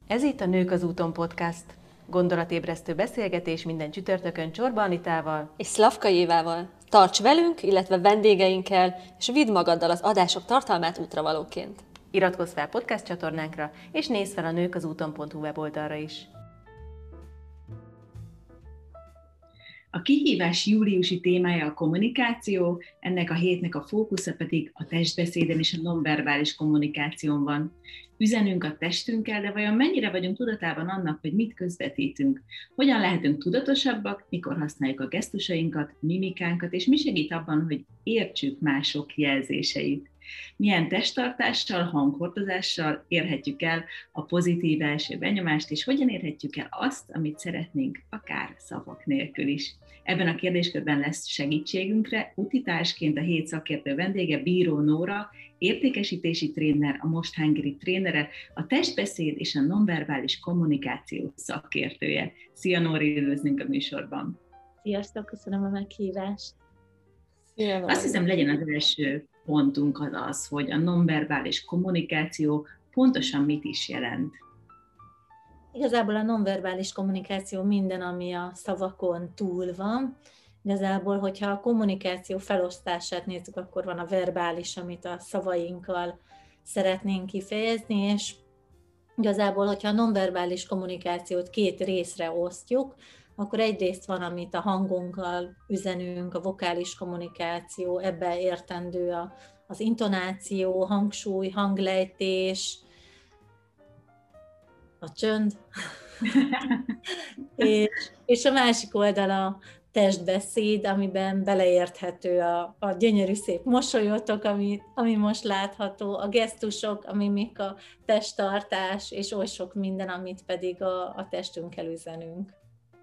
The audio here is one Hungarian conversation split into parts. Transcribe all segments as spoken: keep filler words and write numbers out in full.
Ez itt a Nők az úton podcast. Gondolatébresztő beszélgetés minden csütörtökön Csorba Anitával és Szlavka Évával. Tarts velünk, illetve vendégeinkkel, és vidd magaddal az adások tartalmát útravalóként. Iratkozz fel podcast csatornánkra, és nézz fel a nők az úton pont hu weboldalra is. A kihívás júliusi témája a kommunikáció, ennek a hétnek a fókusza pedig a testbeszéden és a nonverbális kommunikáción van. Üzenünk a testünkkel, de vajon mennyire vagyunk tudatában annak, hogy mit közvetítünk? Hogyan lehetünk tudatosabbak, mikor használjuk a gesztusainkat, mimikánkat, és mi segít abban, hogy értsük mások jelzéseit? Milyen testtartással, hanghordozással érhetjük el a pozitív első benyomást, és hogyan érhetjük el azt, amit szeretnénk, akár szavak nélkül is. Ebben a kérdéskörben lesz segítségünkre utitársként a hét szakértő vendége Bíró Nóra, értékesítési tréner, a Most Hungary trénere, a testbeszéd és a nonverbális kommunikáció szakértője. Szia Nóri, üdvözlünk a műsorban! Sziasztok, köszönöm a meghívást! Szia, Azt hiszem, legyen az első pontunk az az, hogy a nonverbális kommunikáció pontosan mit is jelent. Igazából a nonverbális kommunikáció minden, ami a szavakon túl van. Igazából, hogyha a kommunikáció felosztását nézzük, akkor van a verbális, amit a szavainkkal szeretnénk kifejezni, és igazából, hogyha a nonverbális kommunikációt két részre osztjuk, akkor egyrészt van, amit a hangunkkal üzenünk, a vokális kommunikáció, ebben értendő a, az intonáció, hangsúly, hanglejtés, a csönd, és, és a másik oldal a testbeszéd, amiben beleérthető a, a gyönyörű szép mosolyotok, ami, ami most látható, a gesztusok, ami még a testtartás, és oly sok minden, amit pedig a, a testünkkel üzenünk.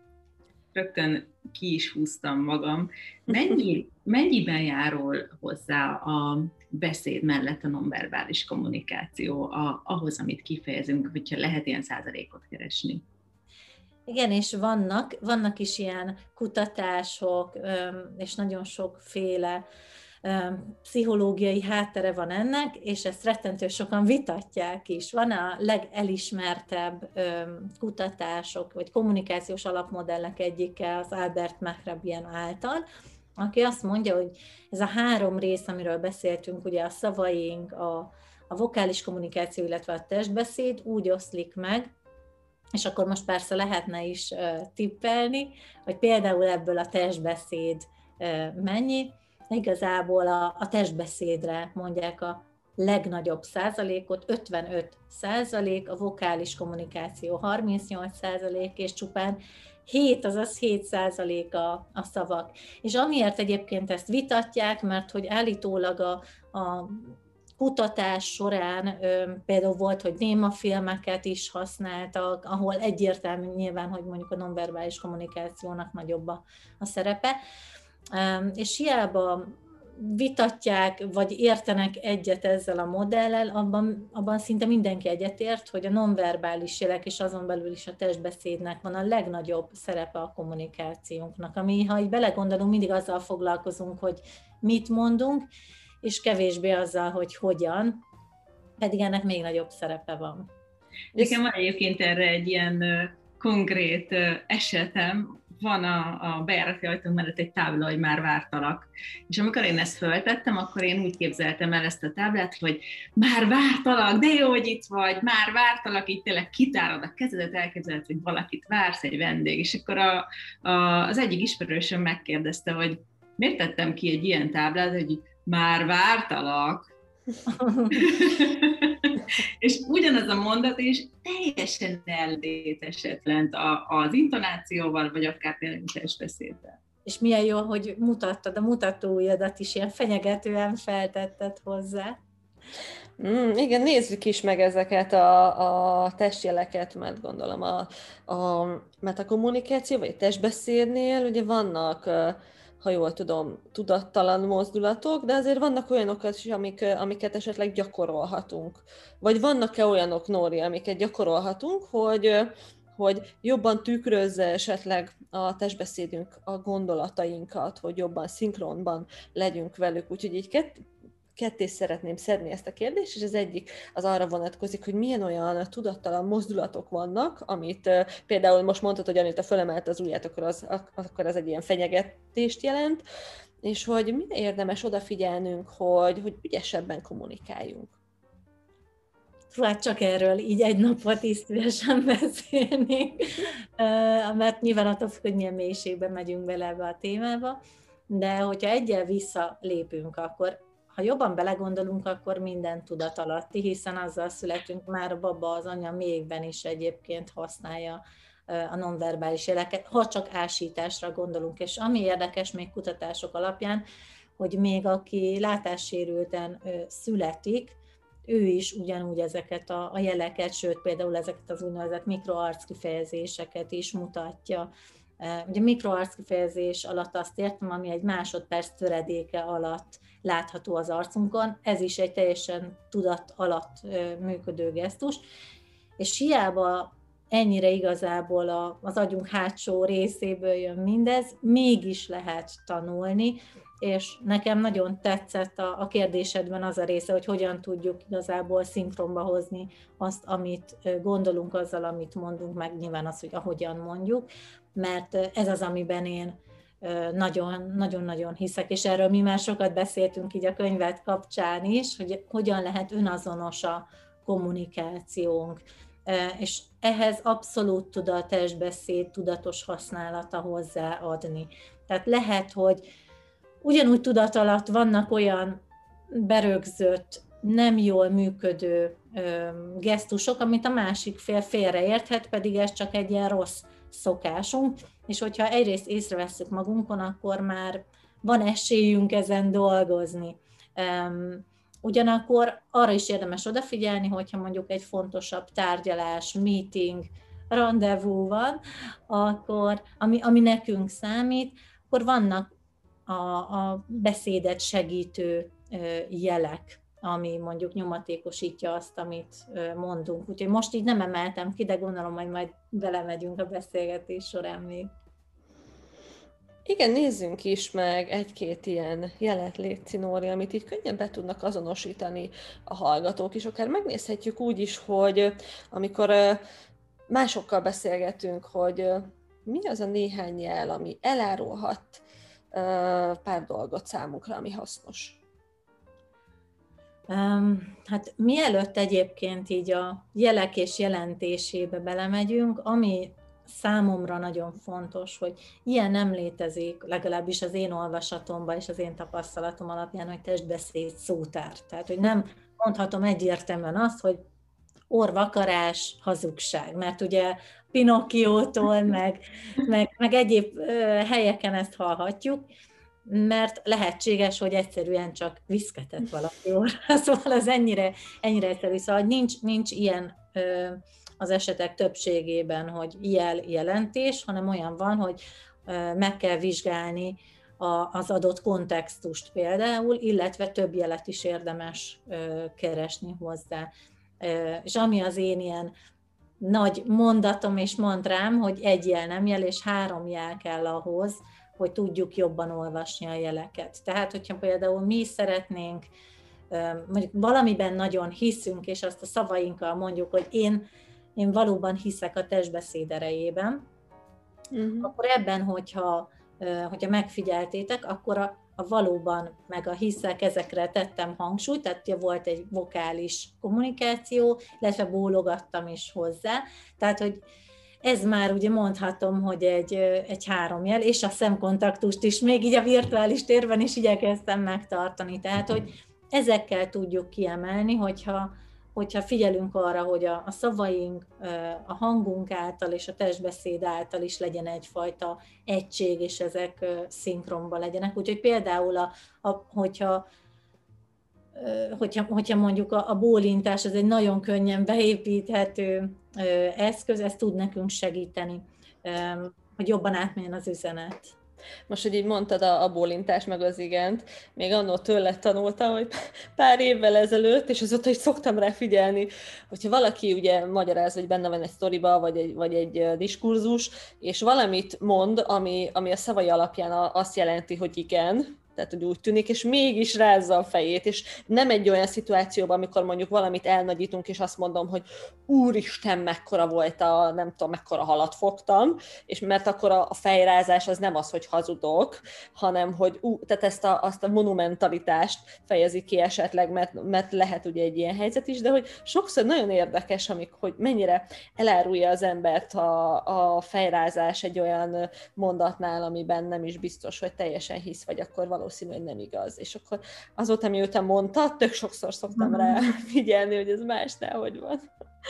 Rögtön ki is húztam magam. Mennyi, mennyiben járul hozzá a beszéd mellett a nonverbális kommunikáció a, ahhoz, amit kifejezünk, hogyha lehet ilyen százalékot keresni? Igen, és vannak, vannak is ilyen kutatások, és nagyon sokféle pszichológiai háttere van ennek, és ezt rettentő sokan vitatják is. Van a legelismertebb kutatások, vagy kommunikációs alapmodellek egyike az Albert Mehrabian által, aki azt mondja, hogy ez a három rész, amiről beszéltünk, ugye a szavaink, a, a vokális kommunikáció, illetve a testbeszéd úgy oszlik meg, és akkor most persze lehetne is tippelni, hogy például ebből a testbeszéd mennyi. Igazából a, a testbeszédre mondják a legnagyobb százalékot, ötvenöt százalék, a vokális kommunikáció harmincnyolc százalék, és csupán hét, azaz hét százalék a, a szavak. És amiért egyébként ezt vitatják, mert hogy állítólag a, a kutatás során ö, például volt, hogy némafilmeket is használtak, ahol egyértelmű nyilván, hogy mondjuk a nonverbális kommunikációnak nagyobb a, a szerepe. És hiába vitatják, vagy értenek egyet ezzel a modellel, abban, abban szinte mindenki egyetért, hogy a nonverbális jelek és azon belül is a testbeszédnek van a legnagyobb szerepe a kommunikációnknak, ami, ha így belegondolunk, mindig azzal foglalkozunk, hogy mit mondunk, és kevésbé azzal, hogy hogyan, pedig ennek még nagyobb szerepe van. Nekem van egyébként erre egy ilyen konkrét esetem, van a, a bejárati ajtón mellett egy tábla, hogy már vártalak. És amikor én ezt föltettem, akkor én úgy képzeltem el ezt a táblát, hogy már vártalak, de jó, hogy itt vagy, már vártalak, így tényleg kitárod a kezedet, elképzeled, hogy valakit vársz, egy vendég. És akkor a, a, az egyik ismerősöm megkérdezte, hogy miért tettem ki egy ilyen táblát, hogy már vártalak. És ugyanaz a mondat is teljesen ellentétesetlen az intonációval, vagy akár tényleg a testbeszéddel. És milyen jó, hogy mutattad a mutatóujjadat is, ilyen fenyegetően feltetted hozzá. Mm, igen, nézzük is meg ezeket a, a testjeleket, mert gondolom a, a metakommunikáció, vagy a testbeszédnél ugye vannak, ha jól tudom, tudattalan mozdulatok, de azért vannak olyanok is, amik, amiket esetleg gyakorolhatunk. Vagy vannak-e olyanok, Nóri, amiket gyakorolhatunk, hogy, hogy jobban tükrözze esetleg a testbeszédünk a gondolatainkat, hogy jobban szinkronban legyünk velük. Úgyhogy így kett, ketté szeretném szedni ezt a kérdést, és az egyik az arra vonatkozik, hogy milyen olyan tudattalan mozdulatok vannak, amit uh, például most mondtad, hogy Anita fölemelt az ujját, akkor az, akkor az egy ilyen fenyegetést jelent, és hogy mire érdemes odafigyelnünk, hogy, hogy ügyesebben kommunikáljunk. Hát csak erről így egy napot is szívesen beszélnék, mert nyilván attól függ, hogy milyen mélységben megyünk bele ebbe a témába, de hogyha egyel visszalépünk, akkor ha jobban belegondolunk, akkor minden tudatalatti, hiszen azzal születünk, már a baba, az anya méhekben is egyébként használja a nonverbális jeleket, ha csak ásításra gondolunk. És ami érdekes még kutatások alapján, hogy még aki látássérülten születik, ő is ugyanúgy ezeket a, a jeleket, sőt például ezeket az úgynevezett mikroarckifejezéseket is mutatja. Ugye mikroarckifejezés alatt azt értem, ami egy másodperc töredéke alatt látható az arcunkon, ez is egy teljesen tudat alatt működő gesztus, és hiába ennyire igazából az agyunk hátsó részéből jön mindez, mégis lehet tanulni, és nekem nagyon tetszett a, a kérdésedben az a része, hogy hogyan tudjuk igazából szinkronba hozni azt, amit gondolunk azzal, amit mondunk, meg nyilván az, hogy ahogyan mondjuk, mert ez az, amiben én nagyon-nagyon hiszek, és erről mi már sokat beszéltünk így a könyvet kapcsán is, hogy hogyan lehet önazonos a kommunikációnk, és ehhez abszolút tud a testbeszéd tudatos használata hozzáadni. Tehát lehet, hogy ugyanúgy tudat alatt vannak olyan berögzött, nem jól működő ö, gesztusok, amit a másik fél félreérthet, pedig ez csak egy ilyen rossz szokásunk, és hogyha egyrészt észrevesszük magunkon, akkor már van esélyünk ezen dolgozni. Um, ugyanakkor arra is érdemes odafigyelni, hogyha mondjuk egy fontosabb tárgyalás, meeting, rendezvú van, akkor, ami, ami nekünk számít, akkor vannak a, a beszédet segítő jelek, ami mondjuk nyomatékosítja azt, amit mondunk. Úgyhogy most így nem emeltem ki, de gondolom, hogy majd belemegyünk a beszélgetés során még. Igen, nézzünk is meg egy-két ilyen jelet, léci, Nóri, amit így könnyen be tudnak azonosítani a hallgatók is. Akár megnézhetjük úgy is, hogy amikor másokkal beszélgetünk, hogy mi az a néhány jel, ami elárulhat pár dolgot számunkra, ami hasznos. Um, hát mielőtt egyébként így a jelek és jelentésébe belemegyünk, ami számomra nagyon fontos, hogy ilyen nem létezik, legalábbis az én olvasatomban és az én tapasztalatom alapján, hogy testbeszéd szótár. Tehát, hogy nem mondhatom egyértelműen azt, hogy orvakarás, hazugság, mert ugye Pinokkiótól, meg, meg, meg egyéb helyeken ezt hallhatjuk, mert lehetséges, hogy egyszerűen csak viszketett valaki orra, szóval az ennyire, ennyire egyszerű, szóval nincs, nincs ilyen az esetek többségében, hogy jel jelentés, hanem olyan van, hogy meg kell vizsgálni az adott kontextust például, illetve több jelet is érdemes keresni hozzá. És ami az én ilyen nagy mondatom és mantrám, hogy egy jel nem jel, és három jel kell ahhoz, hogy tudjuk jobban olvasni a jeleket. Tehát, hogyha például mi szeretnénk, mondjuk valamiben nagyon hiszünk, és azt a szavainkkal mondjuk, hogy én, én valóban hiszek a testbeszéd erejében, uh-huh. akkor ebben, hogyha, hogyha megfigyeltétek, akkor a, a valóban, meg a hiszek, ezekre tettem hangsúlyt, tehát volt egy vokális kommunikáció, illetve bólogattam is hozzá, tehát, hogy ez már ugye mondhatom, hogy egy, egy háromjel, és a szemkontaktust is még így a virtuális térben is igyekeztem megtartani. Tehát, hogy ezekkel tudjuk kiemelni, hogyha, hogyha figyelünk arra, hogy a, a szavaink, a hangunk által és a testbeszéd által is legyen egyfajta egység, és ezek szinkronban legyenek. Úgyhogy például, a, a, hogyha Hogyha, hogyha mondjuk a, a bólintás, ez egy nagyon könnyen beépíthető eszköz, ez tud nekünk segíteni, hogy jobban átmenjen az üzenet. Most, hogy így mondtad a, a bólintás meg az igent, még annól tőled tanultam, hogy pár évvel ezelőtt, és azóta is szoktam rá figyelni, hogyha valaki ugye magyaráz, vagy benne van egy sztoriba, vagy egy, vagy egy diskurzus, és valamit mond, ami, ami a szavai alapján azt jelenti, hogy igen, tehát hogy úgy tűnik, és mégis rázza a fejét, és nem egy olyan szituációban, amikor mondjuk valamit elnagyítunk, és azt mondom, hogy úristen, mekkora volt a, nem tudom, mekkora halat fogtam, és mert akkor a, a fejrázás az nem az, hogy hazudok, hanem hogy ú, tehát ezt a, azt a monumentalitást fejezi ki esetleg, mert, mert lehet ugye egy ilyen helyzet is, de hogy sokszor nagyon érdekes, amik, hogy mennyire elárulja az embert a, a fejrázás egy olyan mondatnál, amiben nem is biztos, hogy teljesen hisz, vagy akkor valószínű, hogy nem igaz. És akkor azóta, miután mondta, tök sokszor szoktam rá figyelni, hogy ez másnál hogy van.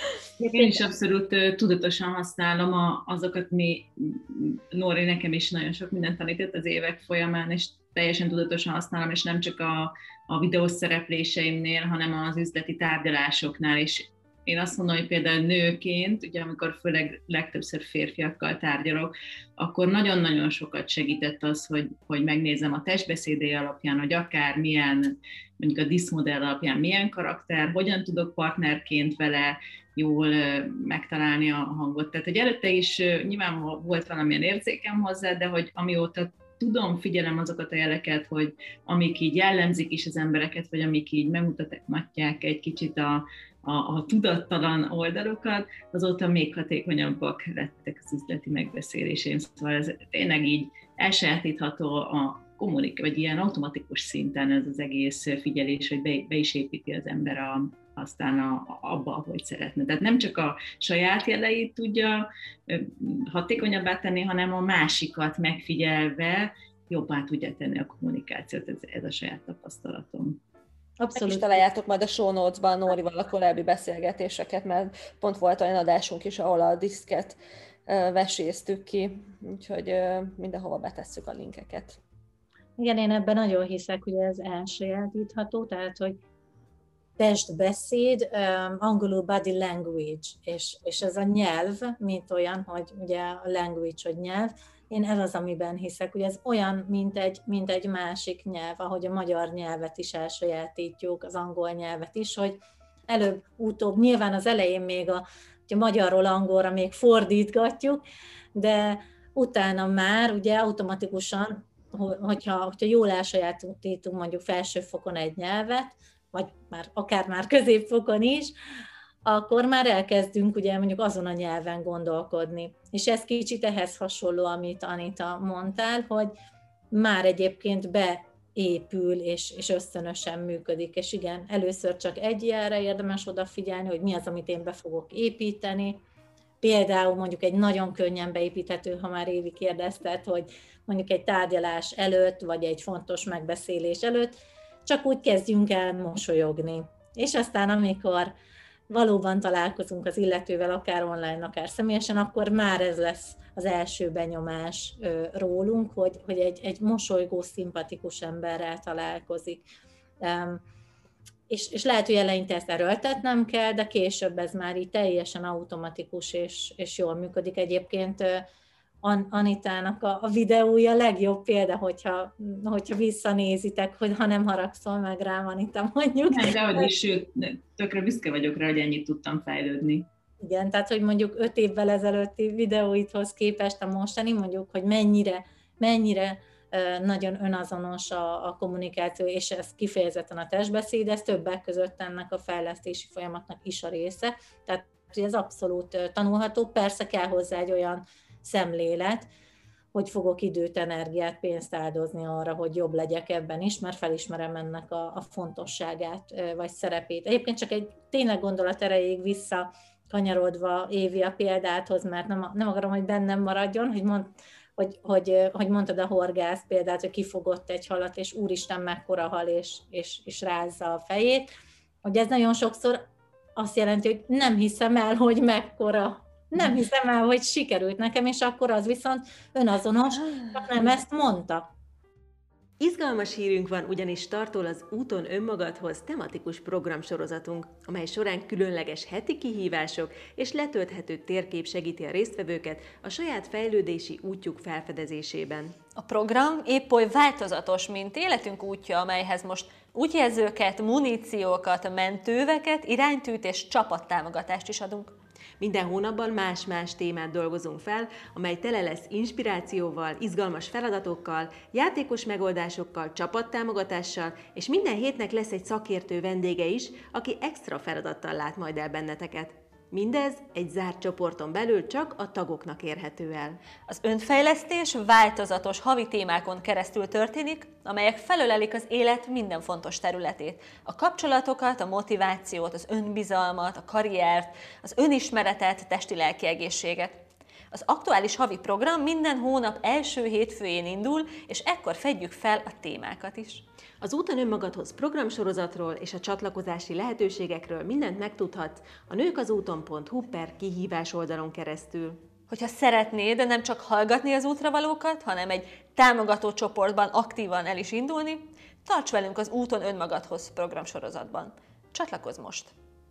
Én is abszolút uh, tudatosan használom a, azokat, mi, Nóri nekem is nagyon sok mindent tanított az évek folyamán, és teljesen tudatosan használom, és nem csak a, a videós szerepléseimnél, hanem az üzleti tárgyalásoknál is. Én azt mondom, hogy például nőként, ugye amikor főleg legtöbbször férfiakkal tárgyalok, akkor nagyon-nagyon sokat segített az, hogy, hogy megnézem a testbeszédé alapján, hogy akár milyen, mondjuk a diszmodell alapján milyen karakter, hogyan tudok partnerként vele jól megtalálni a hangot. Tehát, hogy előtte is nyilván volt valamilyen érzékem hozzá, de hogy amióta tudom, figyelem azokat a jeleket, hogy amik így jellemzik is az embereket, vagy amik így megmutatják egy kicsit a, a, a tudattalan oldalokat, azóta még hatékonyabbak lettek az üzleti megbeszélésén. Szóval ez tényleg így elsajátítható a kommunik, vagy ilyen automatikus szinten ez az egész figyelés, hogy be, be is építi az ember a, aztán a, abba, ahogy szeretne. Tehát nem csak a saját jeleit tudja hatékonyabbá tenni, hanem a másikat megfigyelve jobbá tudja tenni a kommunikációt. Ez, ez a saját tapasztalatom. Abszolút. Meg is találjátok majd a show notes-ban Nórival a korábbi beszélgetéseket, mert pont volt olyan adásunk is, ahol a diszket veséztük ki, úgyhogy mindenhova betesszük a linkeket. Igen, én ebben nagyon hiszek, hogy ez elsajátítható, tehát, hogy testbeszéd, um, angolul body language, és, és ez a nyelv, mint olyan, hogy ugye a language, hogy nyelv, én ez az, amiben hiszek, hogy ez olyan, mint egy, mint egy másik nyelv, ahogy a magyar nyelvet is elsajátítjuk, az angol nyelvet is, hogy előbb-utóbb, nyilván az elején még a, a magyarról angolra még fordítgatjuk, de utána már ugye automatikusan, hogyha, hogyha jól elsajátítunk mondjuk felsőfokon egy nyelvet, vagy már, akár már középfokon is, akkor már elkezdünk ugye mondjuk azon a nyelven gondolkodni. És ez kicsit ehhez hasonló, amit Anita mondtál, hogy már egyébként beépül és, és ösztönösen működik. És igen, először csak egy ilyenre érdemes odafigyelni, hogy mi az, amit én be fogok építeni. Például mondjuk egy nagyon könnyen beépíthető, ha már Évi kérdezted, hogy mondjuk egy tárgyalás előtt, vagy egy fontos megbeszélés előtt, csak úgy kezdjünk el mosolyogni. És aztán, amikor valóban találkozunk az illetővel, akár online, akár személyesen, akkor már ez lesz az első benyomás rólunk, hogy, hogy egy, egy mosolygó, szimpatikus emberrel találkozik. És, és lehet, hogy eleinte ezt erőltetnem kell, de később ez már így teljesen automatikus és, és jól működik. Egyébként Anitának a, a videója a legjobb példa, hogyha, hogyha visszanézitek, hogy ha nem haragszol meg rám, Anita, mondjuk. Nem, de hogy is, sőt, tökre büszke vagyok rá, hogy ennyit tudtam fejlődni. Igen, tehát, hogy mondjuk öt évvel ezelőtti videóidhoz képest a mostani, mondjuk, hogy mennyire, mennyire nagyon önazonos a, a kommunikáció, és ez kifejezetten a testbeszéd, ez többek között ennek a fejlesztési folyamatnak is a része. Tehát, hogy ez abszolút tanulható, persze kell hozzá egy olyan szemlélet, hogy fogok időt, energiát, pénzt áldozni arra, hogy jobb legyek ebben is, mert felismerem ennek a, a fontosságát, vagy szerepét. Egyébként csak egy tényleg gondolat erejéig vissza kanyarodva Évi a példáthoz, mert nem, nem akarom, hogy bennem maradjon, hogy, mond, hogy, hogy, hogy mondtad a horgász példát, hogy kifogott egy halat, és úristen mekkora hal, és, és, és rázza a fejét, hogy ez nagyon sokszor azt jelenti, hogy nem hiszem el, hogy mekkora. Nem hiszem el, hogy sikerült nekem, és akkor az viszont önazonos, csak nem ezt mondta. Izgalmas hírünk van, ugyanis tartol az Úton önmagadhoz tematikus programsorozatunk, amely során különleges heti kihívások és letölthető térkép segíti a résztvevőket a saját fejlődési útjuk felfedezésében. A program épp oly változatos, mint életünk útja, amelyhez most útjelzőket, muníciókat, mentőveket, iránytűt és csapattámogatást is adunk. Minden hónapban más-más témát dolgozunk fel, amely tele lesz inspirációval, izgalmas feladatokkal, játékos megoldásokkal, csapattámogatással, és minden hétnek lesz egy szakértő vendége is, aki extra feladattal lát majd el benneteket. Mindez egy zárt csoporton belül csak a tagoknak érhető el. Az önfejlesztés változatos havi témákon keresztül történik, amelyek felölelik az élet minden fontos területét. A kapcsolatokat, a motivációt, az önbizalmat, a karriert, az önismeretet, testi-lelki egészséget. Az aktuális havi program minden hónap első hétfőjén indul, és ekkor fedjük fel a témákat is. Az Úton önmagadhoz programsorozatról és a csatlakozási lehetőségekről mindent megtudhatsz a nőkazúton pont hu per kihívás oldalon keresztül. Hogyha szeretnéd nem csak hallgatni az útravalókat, hanem egy támogató csoportban aktívan el is indulni, tarts velünk az Úton önmagadhoz programsorozatban. Csatlakozz most!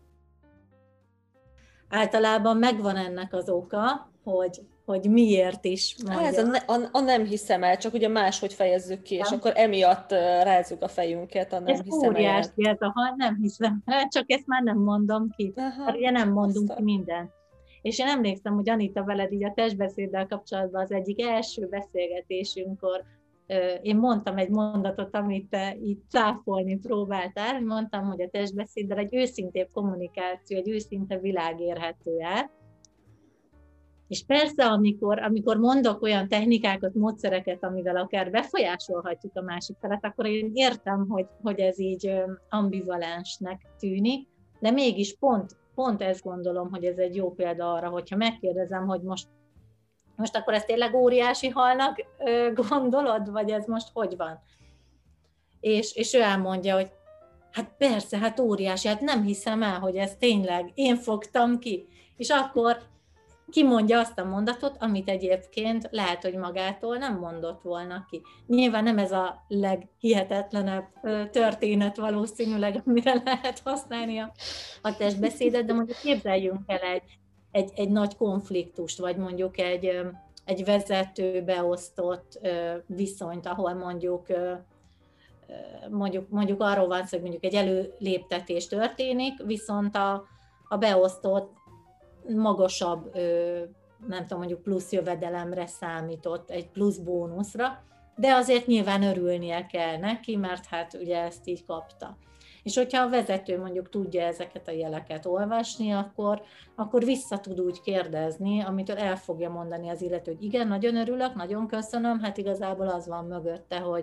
Általában megvan ennek az oka, hogy, hogy miért is mondja. Ez a, a, a nem hiszem el, csak ugye máshogy fejezzük ki, és akkor emiatt uh, rázzuk a fejünket a nem ez hiszem el. Ez óriási, ez a ha nem hiszem el, csak ezt már nem mondom ki. Aha, ugye nem mondunk aztán. ki mindent. És én emlékszem, hogy Anita veled így a testbeszéddel kapcsolatban az egyik első beszélgetésünkkor én mondtam egy mondatot, amit te így cáfolni próbáltál, mondtam, hogy a testbeszéddel egy őszintébb kommunikáció, egy őszinte világ érhető el. És persze, amikor, amikor mondok olyan technikákat, módszereket, amivel akár befolyásolhatjuk a másik felet, akkor én értem, hogy, hogy ez így ambivalensnek tűnik, de mégis pont, pont ezt gondolom, hogy ez egy jó példa arra, hogyha megkérdezem, hogy most Most akkor ezt tényleg óriási halnak gondolod, vagy ez most hogy van? És, és ő elmondja, hogy hát persze, hát óriási, hát nem hiszem el, hogy ez tényleg, én fogtam ki. És akkor kimondja azt a mondatot, amit egyébként lehet, hogy magától nem mondott volna ki. Nyilván nem ez a leghihetetlenebb történet valószínűleg, amire lehet használni a, a testbeszédet, de mondjuk képzeljünk el egy Egy, egy nagy konfliktust, vagy mondjuk egy, egy vezető beosztott viszonyt, ahol mondjuk, mondjuk, mondjuk arról van szó, hogy mondjuk egy előléptetés történik, viszont a, a beosztott magasabb, nem tudom, mondjuk plusz jövedelemre számított, egy plusz bónuszra, de azért nyilván örülnie kell neki, mert hát ugye ezt így kapta. És hogyha a vezető mondjuk tudja ezeket a jeleket olvasni, akkor, akkor vissza tud úgy kérdezni, amitől el fogja mondani az illető, hogy igen, nagyon örülök, nagyon köszönöm, hát igazából az van mögötte, hogy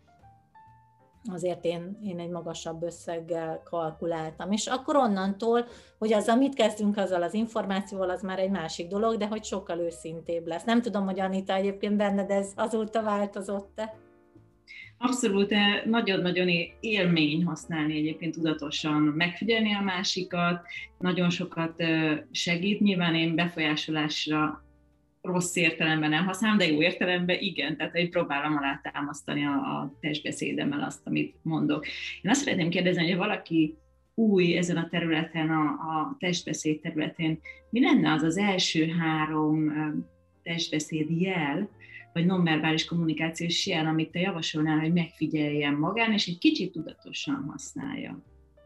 azért én, én egy magasabb összeggel kalkuláltam. És akkor onnantól, hogy az, amit kezdünk azzal az információval, az már egy másik dolog, de hogy sokkal őszintébb lesz. Nem tudom, hogy Anita egyébként benned ez azóta változott-e? Abszolút, nagyon-nagyon élmény használni egyébként tudatosan, megfigyelni a másikat, nagyon sokat segít. Nyilván én befolyásolásra rossz értelemben nem használom, de jó értelemben igen, tehát hogy próbálom alátámasztani a, a testbeszédemmel azt, amit mondok. Én azt szeretném kérdezni, hogy valaki új ezen a területen, a, a testbeszéd területén, mi lenne az az első három testbeszéd jel, vagy nonverbális kommunikációs jel, amit te javasolnál, hogy megfigyeljen magán, és egy kicsit tudatosan használja?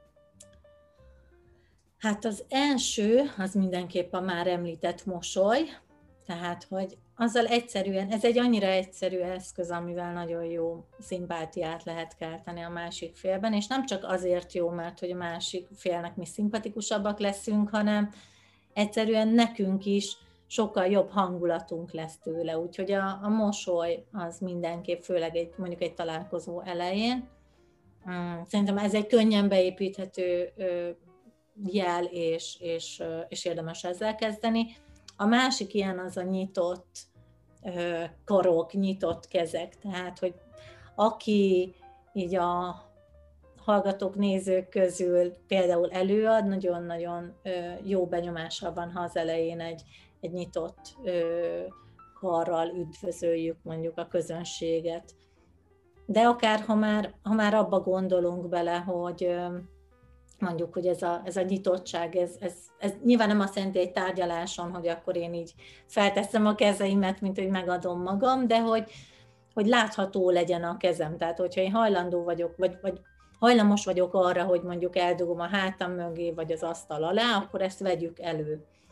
Hát az első, az mindenképp a már említett mosoly, tehát, hogy azzal egyszerűen, ez egy annyira egyszerű eszköz, amivel nagyon jó szimpátiát lehet kelteni a másik félben, és nem csak azért jó, mert hogy a másik félnek mi szimpatikusabbak leszünk, hanem egyszerűen nekünk is sokkal jobb hangulatunk lesz tőle, úgyhogy a, a mosoly az mindenképp, főleg egy, mondjuk egy találkozó elején. Szerintem ez egy könnyen beépíthető jel, és, és, és érdemes ezzel kezdeni. A másik ilyen az a nyitott karok, nyitott kezek, tehát, hogy aki így a hallgatók, nézők közül például előad, nagyon-nagyon jó benyomással van, ha az elején egy, egy nyitott karral üdvözöljük mondjuk a közönséget. De akár, ha már, ha már abba gondolunk bele, hogy mondjuk, hogy ez a, ez a nyitottság, ez, ez, ez nyilván nem azt jelenti egy tárgyaláson, hogy akkor én így felteszem a kezeimet, mint hogy megadom magam, de hogy, hogy látható legyen a kezem. Tehát, hogyha én hajlandó vagyok, vagy, vagy hajlamos vagyok arra, hogy mondjuk eldugom a hátam mögé, vagy az asztal alá, akkor ezt vegyük elő.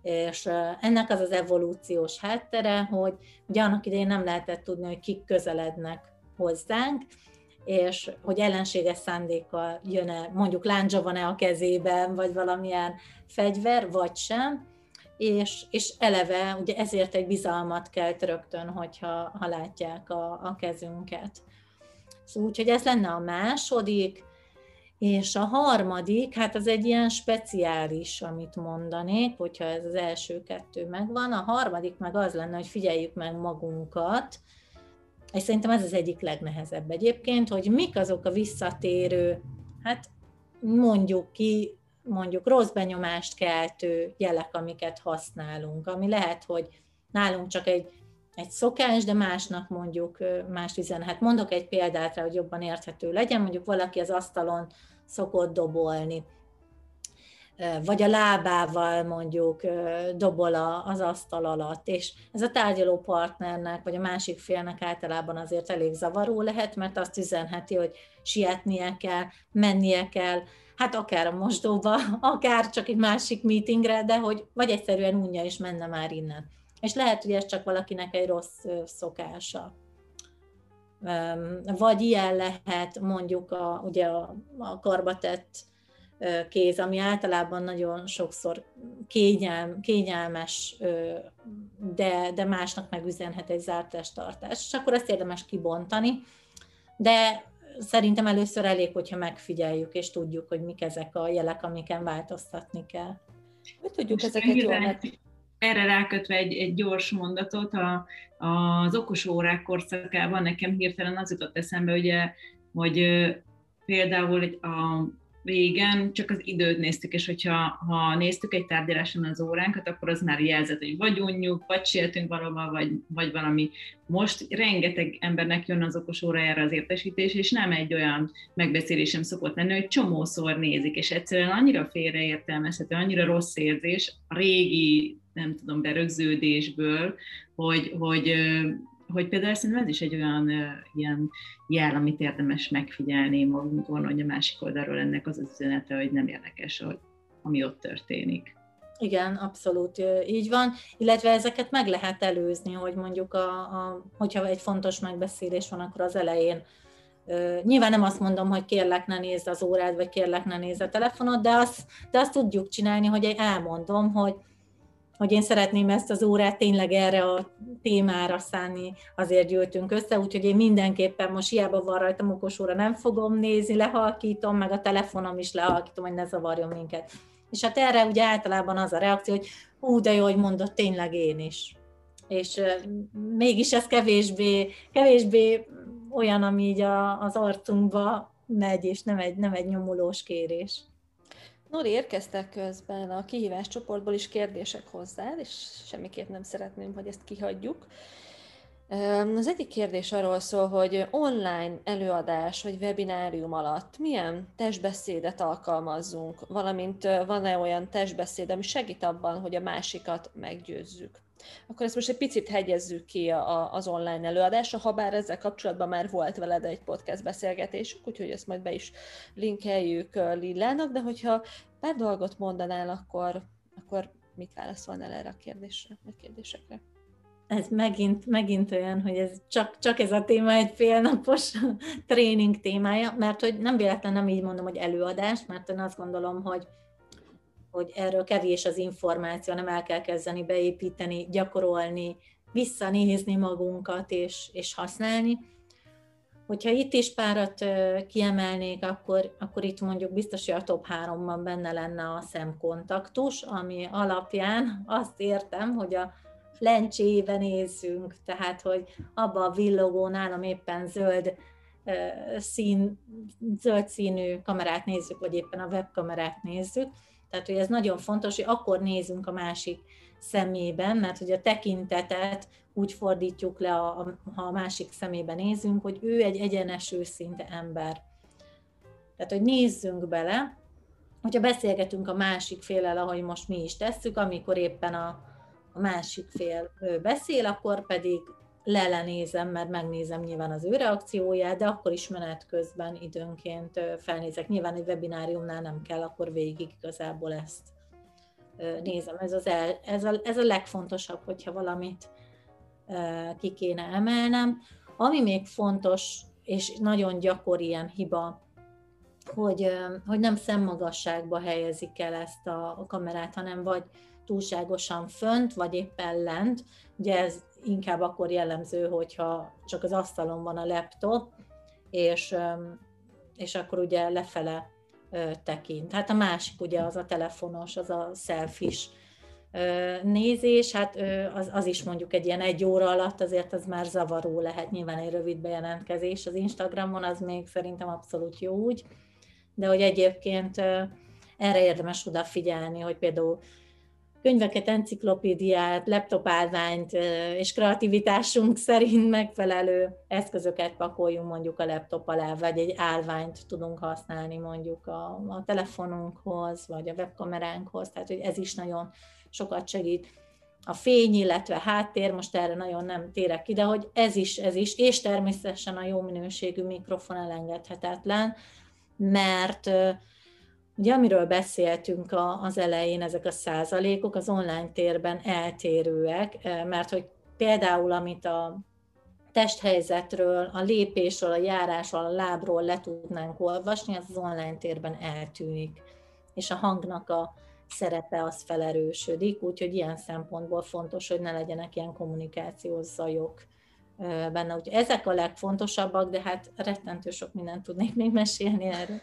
És ennek az az evolúciós háttere, hogy ugye annak idején nem lehetett tudni, hogy kik közelednek hozzánk, és hogy ellenséges szándékkal jön-e, mondjuk láncsa van-e a kezében, vagy valamilyen fegyver, vagy sem, és, és eleve ugye ezért egy bizalmat kelt rögtön, hogyha ha látják a, a kezünket. Szóval úgyhogy ez lenne a második, és a harmadik, hát az egy ilyen speciális, amit mondanék, hogyha ez az első kettő megvan. A harmadik meg az lenne, hogy figyeljük meg magunkat, és szerintem ez az egyik legnehezebb egyébként, hogy mik azok a visszatérő, hát mondjuk ki, mondjuk rossz benyomást keltő jelek, amiket használunk, ami lehet, hogy nálunk csak egy, egy szokás, de másnak mondjuk más üzenhet. Mondok egy példát rá, hogy jobban érthető legyen, mondjuk valaki az asztalon szokott dobolni, vagy a lábával mondjuk dobol az asztal alatt, és ez a tárgyaló partnernek, vagy a másik félnek általában azért elég zavaró lehet, mert azt üzenheti, hogy sietnie kell, mennie kell, hát akár a mosdóba, akár csak egy másik meetingre, de hogy vagy egyszerűen unja és menne már innen. És lehet, hogy ez csak valakinek egy rossz szokása. Vagy ilyen lehet mondjuk a, ugye a, a karbatett kéz, ami általában nagyon sokszor kényelm, kényelmes, de, de másnak megüzenhet egy zárt testtartás. És akkor ezt érdemes kibontani, de szerintem először elég, hogyha megfigyeljük, és tudjuk, hogy mik ezek a jelek, amiken változtatni kell. Hogy tudjuk ezeket jól meg... Erre rákötve egy, egy gyors mondatot, a, az okos órák korszakában nekem hirtelen az jutott eszembe, ugye, hogy például egy, a régen csak az időt néztük, és hogyha ha néztük egy tárgyaláson az óránkat, akkor az már jelzett, hogy vagy unjuk, vagy sietünk valahol, vagy, vagy valami. Most rengeteg embernek jön az okos órájára az értesítés, és nem egy olyan megbeszélésem szokott lenni, hogy csomószor nézik, és egyszerűen annyira félreértelmezhető, annyira rossz érzés a régi, nem tudom, berögződésből, hogy, hogy hogy például szerintem ez is egy olyan uh, ilyen jel, amit érdemes megfigyelni magunkon, hogy a másik oldalról ennek az üzenete, hogy nem érdekes, hogy, ami ott történik. Igen, abszolút így van, illetve ezeket meg lehet előzni, hogy mondjuk, a, a, hogyha egy fontos megbeszélés van, akkor az elején uh, nyilván nem azt mondom, hogy kérlek ne nézd az órád, vagy kérlek ne nézd a telefonod, de azt, de azt tudjuk csinálni, hogy elmondom, hogy hogy én szeretném ezt az órát tényleg erre a témára szánni, azért gyűltünk össze, úgyhogy én mindenképpen most hiába van rajtam okos óra, nem fogom nézni, lehalkítom, meg a telefonom is lehalkítom, hogy ne zavarjon minket. És hát erre ugye általában az a reakció, hogy hú, de jó, hogy mondott, tényleg én is. És mégis ez kevésbé, kevésbé olyan, ami így a, az arcunkba megy, és nem egy, nem egy nyomulós kérés. Nori, érkeztek közben a kihívás csoportból is kérdések hozzád, és semmiképp nem szeretném, hogy ezt kihagyjuk. Az egyik kérdés arról szól, hogy online előadás vagy webinárium alatt milyen testbeszédet alkalmazzunk, valamint van-e olyan testbeszéd, ami segít abban, hogy a másikat meggyőzzük. Akkor ezt most egy picit hegyezzük ki az online előadásra, ha bár ezzel kapcsolatban már volt veled egy podcast beszélgetésünk, úgyhogy ezt majd be is linkeljük Lillának, de hogyha pár dolgot mondanál, akkor, akkor mit válaszolnál erre a kérdésre, a kérdésekre? Ez megint, megint olyan, hogy ez csak, csak ez a téma egy félnapos tréning témája, mert hogy nem véletlen nem így mondom, hogy előadás, mert én azt gondolom, hogy hogy erről kevés az információ, nem el kell kezdeni beépíteni, gyakorolni, visszanézni magunkat és, és használni. Hogyha itt is párat kiemelnék, akkor, akkor itt mondjuk biztos, hogy a top háromban benne lenne a szemkontaktus, ami alapján azt értem, hogy a lencsébe nézzünk, tehát hogy abba a villogó, nálam éppen zöld szín, zöld színű kamerát nézzük, vagy éppen a webkamerát nézzük. Tehát, hogy ez nagyon fontos, hogy akkor nézzünk a másik szemében, mert hogy a tekintetet úgy fordítjuk le, a, a, ha a másik szemébe nézünk, hogy ő egy egyenes, őszinte ember. Tehát, hogy nézzünk bele, hogyha beszélgetünk a másik féllel, ahogy most mi is tesszük, amikor éppen a, a másik fél beszél, akkor pedig lelenézem, mert megnézem nyilván az ő reakcióját, de akkor is menet közben időnként felnézek. Nyilván egy webináriumnál nem kell akkor végig igazából ezt nézem. Ez, az el, ez, a, ez a legfontosabb, hogyha valamit ki kéne emelnem. Ami még fontos, és nagyon gyakori ilyen hiba, hogy, hogy nem szemmagasságba helyezik el ezt a, a kamerát, hanem vagy túlságosan fönt, vagy éppen lent. Ugye ez inkább akkor jellemző, hogyha csak az asztalon van a laptop, és, és akkor ugye lefele tekint. Hát a másik ugye az a telefonos, az a selfies nézés, hát az, az is mondjuk egy ilyen egy óra alatt azért az már zavaró lehet, nyilván egy rövid bejelentkezés. Az Instagramon az még szerintem abszolút jó úgy, de hogy egyébként erre érdemes odafigyelni, hogy például könyveket, enciklopédiát, laptopállványt és kreativitásunk szerint megfelelő eszközöket pakoljunk mondjuk a laptop alá, vagy egy állványt tudunk használni mondjuk a, a telefonunkhoz, vagy a webkameránkhoz, tehát hogy ez is nagyon sokat segít. A fény, illetve háttér, most erre nagyon nem térek ki, de hogy ez is, ez is, és természetesen a jó minőségű mikrofon elengedhetetlen, mert ugye amiről beszéltünk az elején, ezek a százalékok az online térben eltérőek, mert hogy például amit a testhelyzetről, a lépésről, a járásról, a lábról le tudnánk olvasni, az az online térben eltűnik, és a hangnak a szerepe az felerősödik, úgyhogy ilyen szempontból fontos, hogy ne legyenek ilyen kommunikációs zajok benne. Úgyhogy ezek a legfontosabbak, de hát rettentő sok mindent tudnék még mesélni erről.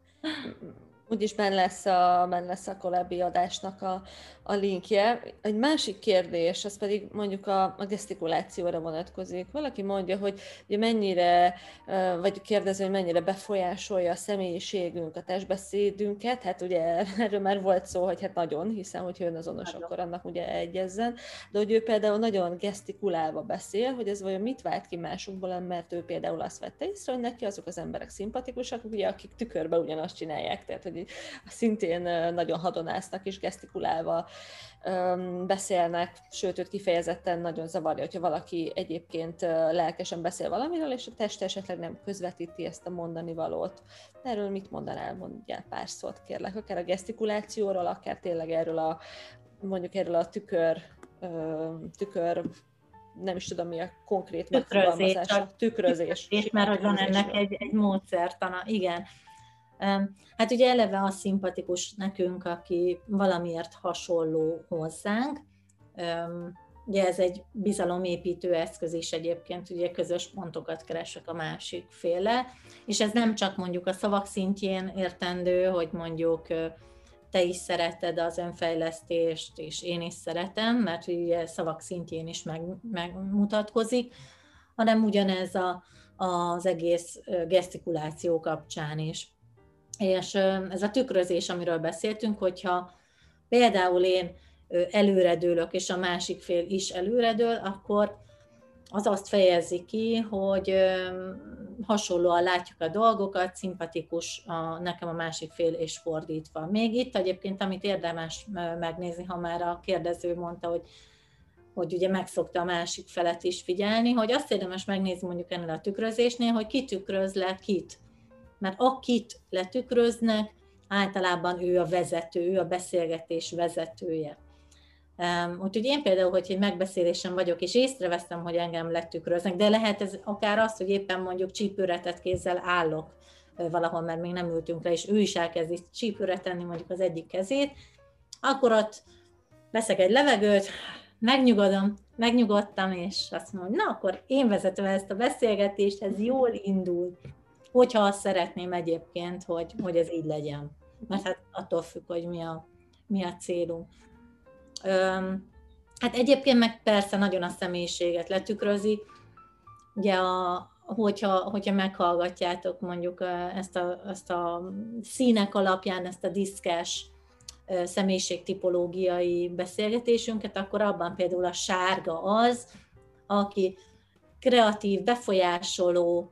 Úgyis benne lesz a, benne lesz a korábbi adásnak a, a linkje. Egy másik kérdés, az pedig mondjuk a, a gesztikulációra vonatkozik. Valaki mondja, hogy ugye mennyire, vagy kérdező, hogy mennyire befolyásolja a személyiségünk, a testbeszédünket. Hát ugye erről már volt szó, hogy hát nagyon, hiszen hogy jön azonos, nagyon. Akkor annak ugye egyezzen. De hogy ő például nagyon gesztikulálva beszél, hogy ez vajon mit vált ki másokból, mert ő például azt vette észre, hogy neki azok az emberek szimpatikusak, ugye, akik tükörben ugyanazt csinálják, tehát hogy szintén nagyon hadonásznak és gesztikulálva beszélnek, sőt, őt kifejezetten nagyon zavarja, hogyha valaki egyébként lelkesen beszél valamiről, és a test esetleg nem közvetíti ezt a mondani valót. Erről mit mondanál, mondjál pár szót, kérlek, akár a gesztikulációról, akár tényleg erről a, mondjuk erről a tükör, tükör nem is tudom mi a konkrét megfogalmazása. Tükrözés. Tükrözés, mert hogy van ennek egy, egy módszertana, igen. Hát ugye eleve az szimpatikus nekünk, aki valamiért hasonló hozzánk. Ugye ez egy bizalomépítő eszköz is egyébként, ugye közös pontokat keresek a másik féle, és ez nem csak mondjuk a szavak szintjén értendő, hogy mondjuk te is szereted az önfejlesztést, és én is szeretem, mert ugye szavak szintjén is meg, megmutatkozik, hanem ugyanez a, az egész gesztikuláció kapcsán is. És ez a tükrözés, amiről beszéltünk, hogyha például én előredőlök, és a másik fél is előredől, akkor az azt fejezi ki, hogy hasonlóan látjuk a dolgokat, szimpatikus a, nekem a másik fél, és fordítva. Még itt egyébként, amit érdemes megnézni, ha már a kérdező mondta, hogy, hogy ugye megszokta a másik felet is figyelni, hogy azt érdemes megnézni mondjuk ennél a tükrözésnél, hogy ki tükröz le kit. Mert akit letükröznek, általában ő a vezető, ő a beszélgetés vezetője. Úgyhogy én például, hogy egy megbeszélésen vagyok, és észreveszem, hogy engem letükröznek, de lehet ez akár az, hogy éppen mondjuk csípőretett kézzel állok valahol, mert még nem ültünk le, és ő is elkezdi csípőre tenni mondjuk az egyik kezét, akkor ott veszek egy levegőt, megnyugodom, megnyugodtam, és azt mondom, hogy na, akkor én vezetem ezt a beszélgetést, ez jól indul. Hogyha azt szeretném egyébként, hogy, hogy ez így legyen. Mert hát attól függ, hogy mi a, mi a célunk. Öm, hát egyébként meg persze nagyon a személyiséget letükrözi. Ugye, a, hogyha, hogyha meghallgatjátok mondjuk ezt a, ezt a színek alapján, ezt a diszkes személyiségtipológiai beszélgetésünket, akkor abban például a sárga az, aki kreatív, befolyásoló,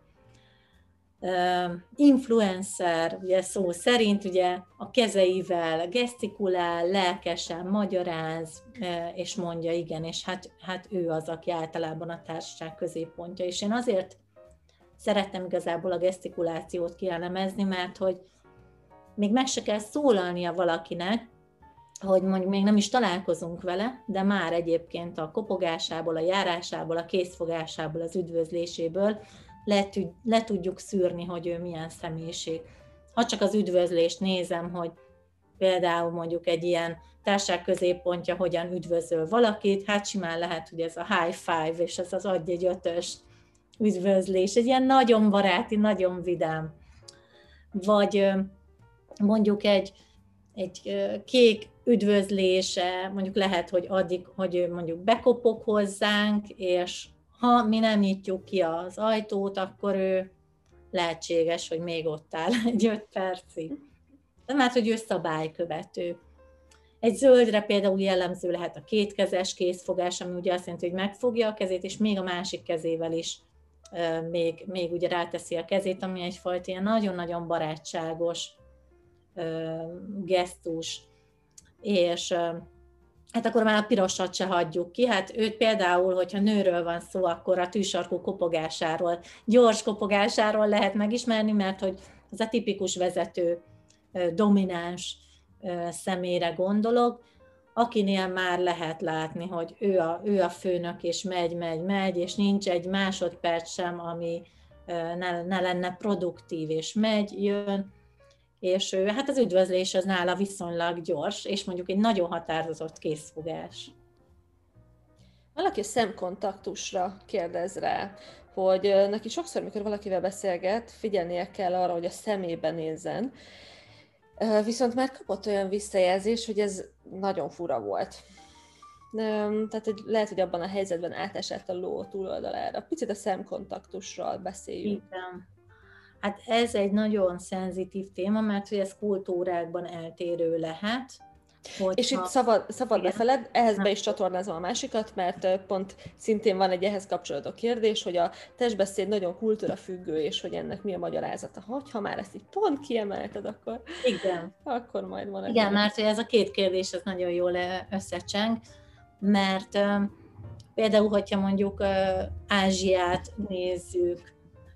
influencer, ugye szó szerint ugye a kezeivel gesztikulál, lelkesen magyaráz, és mondja igen, és hát, hát ő az, aki általában a társaság középpontja. És én azért szerettem igazából a gesztikulációt kielemezni, mert hogy még meg se kell szólalnia valakinek, hogy mondjuk még nem is találkozunk vele, de már egyébként a kopogásából, a járásából, a készfogásából, az üdvözléséből le, le tudjuk szűrni, hogy ő milyen személyiség. Ha csak az üdvözlést nézem, hogy például mondjuk egy ilyen társaság középpontja hogyan üdvözöl valakit, hát simán lehet, hogy ez a high five, és ez az adj egy ötös üdvözlés, egy ilyen nagyon baráti, nagyon vidám. Vagy mondjuk egy, egy kék üdvözlése, mondjuk lehet, hogy addig, hogy ő mondjuk bekopog hozzánk, és ha mi nem nyitjuk ki az ajtót, akkor ő lehetséges, hogy még ott áll egy öt percig. De már, hogy ő szabálykövető. Egy zöldre például jellemző lehet a kétkezes kézfogás, ami ugye azt jelenti, hogy megfogja a kezét, és még a másik kezével is euh, még, még ugye ráteszi a kezét, ami egyfajta ilyen nagyon-nagyon barátságos euh, gesztus. És euh, hát akkor már a pirosat se hagyjuk ki. Hát őt például, hogyha nőről van szó, akkor a tűsarkú kopogásáról, gyors kopogásáról lehet megismerni, mert hogy az a tipikus vezető, domináns személyre gondolok, akinél már lehet látni, hogy ő a, ő a főnök, és megy, megy, megy, és nincs egy másodperc sem, ami ne, ne lenne produktív, és megy, jön, és hát az üdvözlés az nála viszonylag gyors, és mondjuk egy nagyon határozott készfogás. Valaki a szemkontaktusra kérdez rá, hogy neki sokszor, mikor valakivel beszélget, figyelnie kell arra, hogy a szemébe nézzen, viszont már kapott olyan visszajelzés, hogy ez nagyon fura volt. Tehát hogy lehet, hogy abban a helyzetben átesett a ló túloldalára. Picit a szemkontaktusról beszéljünk. Igen. Hát ez egy nagyon szenzitív téma, mert hogy ez kultúrákban eltérő lehet. Hogyha... És itt szabad, szabad befeled, ehhez be is csatornázom a másikat, mert pont szintén van egy ehhez kapcsolódó kérdés, hogy a testbeszéd nagyon kultúrafüggő, és hogy ennek mi a magyarázata. Ha már ezt így pont kiemelted, akkor, igen. akkor majd van. Igen, mert ez a két kérdés ez nagyon jól összecseng, mert uh, például, hogyha mondjuk uh, Ázsiát nézzük,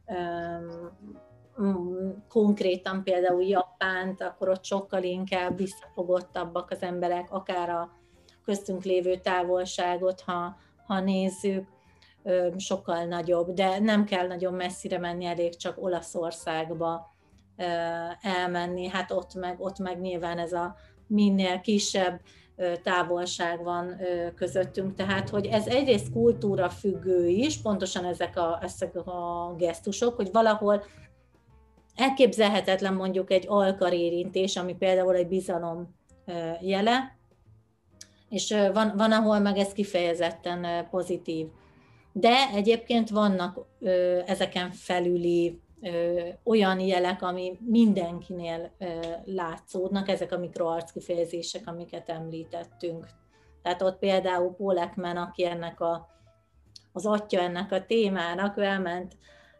um, konkrétan például Japánt, akkor ott sokkal inkább visszafogottabbak az emberek, akár a köztünk lévő távolságot, ha, ha nézzük, sokkal nagyobb, de nem kell nagyon messzire menni, elég csak Olaszországba elmenni, hát ott meg, ott meg nyilván ez a minél kisebb távolság van közöttünk, tehát hogy ez egyrészt kultúra függő is, pontosan ezek a, ezek a gesztusok, hogy valahol elképzelhetetlen mondjuk egy alkarérintés, ami például egy bizalom jele, és van, van ahol meg ez kifejezetten pozitív. De egyébként vannak ezeken felüli olyan jelek, ami mindenkinél látszódnak, ezek a mikroarckifejezések, amiket említettünk. Tehát ott például Paul Ekman, aki ennek a, az atya ennek a témának, ő elment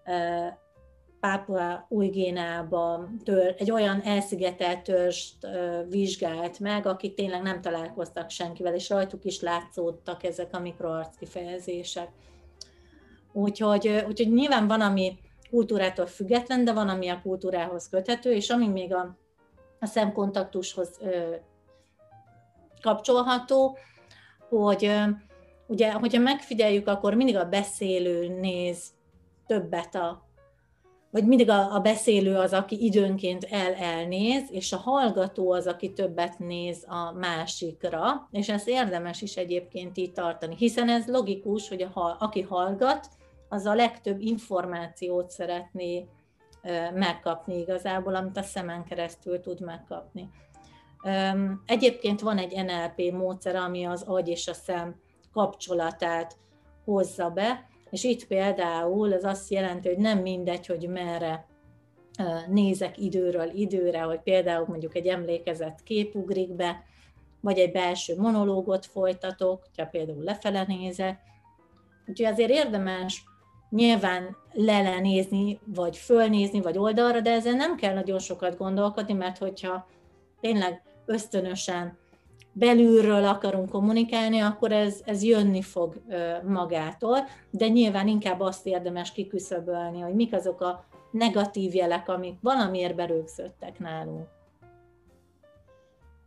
Pápua Új-Guineába egy olyan elszigetelt törzst vizsgált meg, akik tényleg nem találkoztak senkivel, és rajtuk is látszódtak ezek a mikroarckifejezések. Úgyhogy, úgyhogy nyilván van, ami kultúrától független, de van, ami a kultúrához köthető, és ami még a, a szemkontaktushoz ö, kapcsolható, hogy ö, ugye, hogyha megfigyeljük, akkor mindig a beszélő néz többet a vagy mindig a, a beszélő az, aki időnként el-elnéz, és a hallgató az, aki többet néz a másikra, és ezt érdemes is egyébként így tartani, hiszen ez logikus, hogy a, aki hallgat, az a legtöbb információt szeretné megkapni igazából, amit a szemen keresztül tud megkapni. Egyébként van egy en el pé módszer, ami az agy és a szem kapcsolatát hozza be, és itt például ez azt jelenti, hogy nem mindegy, hogy merre nézek időről időre, hogy például mondjuk egy emlékezett kép ugrik be, vagy egy belső monológot folytatok, ha például lefele nézek. Úgyhogy azért érdemes nyilván lelenézni, vagy fölnézni, vagy oldalra, de ezzel nem kell nagyon sokat gondolkodni, mert hogyha tényleg ösztönösen belülről akarunk kommunikálni, akkor ez, ez jönni fog magától, de nyilván inkább azt érdemes kiküszöbölni, hogy mik azok a negatív jelek, amik valamiért berögzöttek nálunk.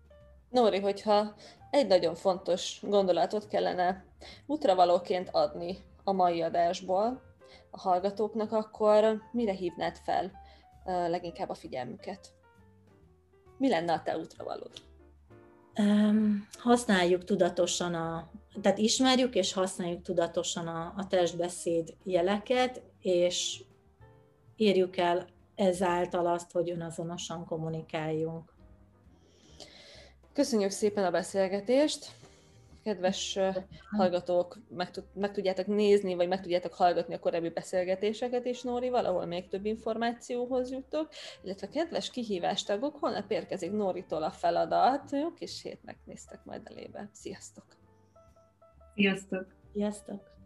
Nóri, hogyha egy nagyon fontos gondolatot kellene útravalóként adni a mai adásból a hallgatóknak, akkor mire hívnád fel leginkább a figyelmüket? Mi lenne a te útravalód? Um, használjuk tudatosan, a, tehát ismerjük és használjuk tudatosan a, a testbeszéd jeleket, és érjük el ezáltal azt, hogy önazonosan kommunikáljunk. Köszönjük szépen a beszélgetést! Kedves hallgatók, meg, tud, meg tudjátok nézni, vagy meg tudjátok hallgatni a korábbi beszélgetéseket is Nórival, ahol még több információhoz juttok, illetve kedves kihívástagok, holnap érkezik Nóritól a feladat. Jó kis hétnek néztek majd elébe. Sziasztok! Sziasztok! Sziasztok!